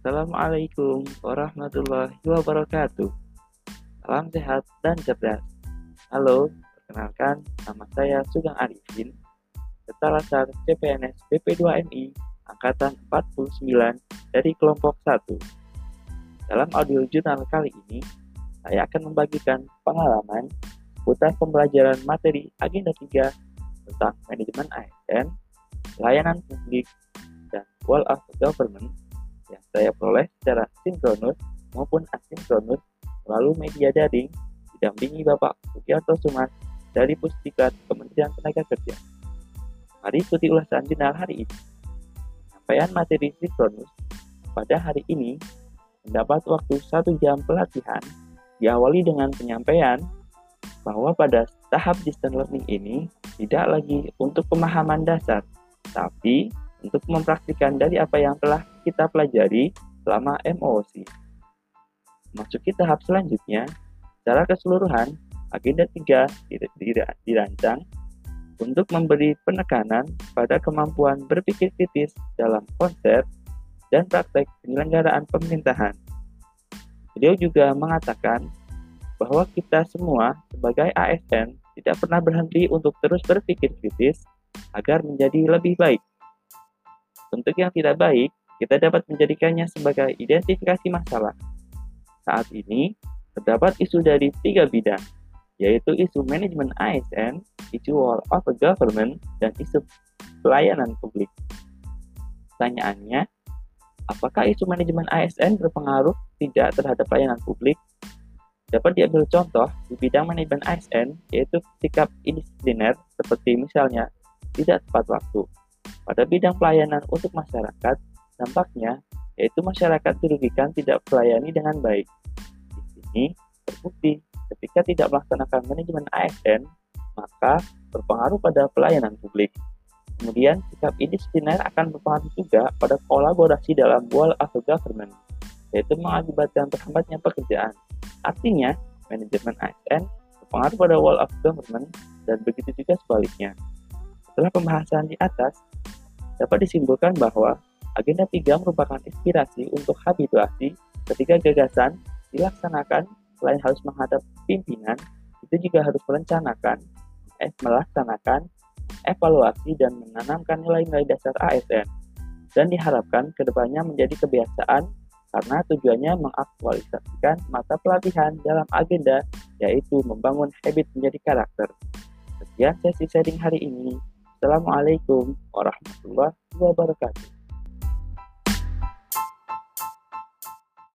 Assalamualaikum warahmatullahi wabarakatuh. Salam sehat dan cerdas. Halo, perkenalkan nama saya Sugeng Arifin, Kepala Laskar CPNS BP2MI Angkatan 49 dari kelompok 1. Dalam audio jurnal kali ini, saya akan membagikan pengalaman seputar pembelajaran materi Agenda 3 tentang manajemen ASN, layanan publik, dan Wall of Government yang saya peroleh secara sinkronus maupun asinkronus melalui media daring didampingi Bapak Sugiarto Sumas dari Pusdiklat Kementerian Tenaga Kerja. Mari ikuti ulasan jurnal hari ini. Penyampaian materi sinkronus pada hari ini mendapat waktu 1 jam pelatihan, diawali dengan penyampaian bahwa pada tahap distance learning ini tidak lagi untuk pemahaman dasar, tapi untuk mempraktikkan dari apa yang telah kita pelajari selama MOOC. Memasuki tahap selanjutnya, secara keseluruhan, Agenda 3 dirancang untuk memberi penekanan pada kemampuan berpikir kritis dalam konsep dan praktek penyelenggaraan pemerintahan. Beliau juga mengatakan bahwa kita semua sebagai ASN tidak pernah berhenti untuk terus berpikir kritis agar menjadi lebih baik. Untuk yang tidak baik, kita dapat menjadikannya sebagai identifikasi masalah. Saat ini, terdapat isu dari 3 bidang, yaitu isu manajemen ASN, isu Wall of Government, dan isu pelayanan publik. Pertanyaannya, apakah isu manajemen ASN berpengaruh tidak terhadap pelayanan publik? Dapat diambil contoh di bidang manajemen ASN, yaitu sikap indisipliner, seperti misalnya tidak tepat waktu. Pada bidang pelayanan untuk masyarakat, dampaknya yaitu masyarakat dirugikan tidak melayani dengan baik. Di sini terbukti ketika tidak melaksanakan manajemen ASN, maka berpengaruh pada pelayanan publik. Kemudian, sikap indisipliner akan berpengaruh juga pada kolaborasi dalam Wall of Government, yaitu mengakibatkan terhambatnya pekerjaan. Artinya, manajemen ASN berpengaruh pada Wall of Government dan begitu juga sebaliknya. Setelah pembahasan di atas, dapat disimpulkan bahwa Agenda 3 merupakan inspirasi untuk habituasi ketika gagasan dilaksanakan. Selain harus menghadap pimpinan, itu juga harus melaksanakan, evaluasi, dan menanamkan nilai-nilai dasar ASN. Dan diharapkan kedepannya menjadi kebiasaan karena tujuannya mengaktualisasikan mata pelatihan dalam agenda, yaitu membangun habit menjadi karakter. Sekian sesi sharing hari ini. Assalamualaikum warahmatullahi wabarakatuh.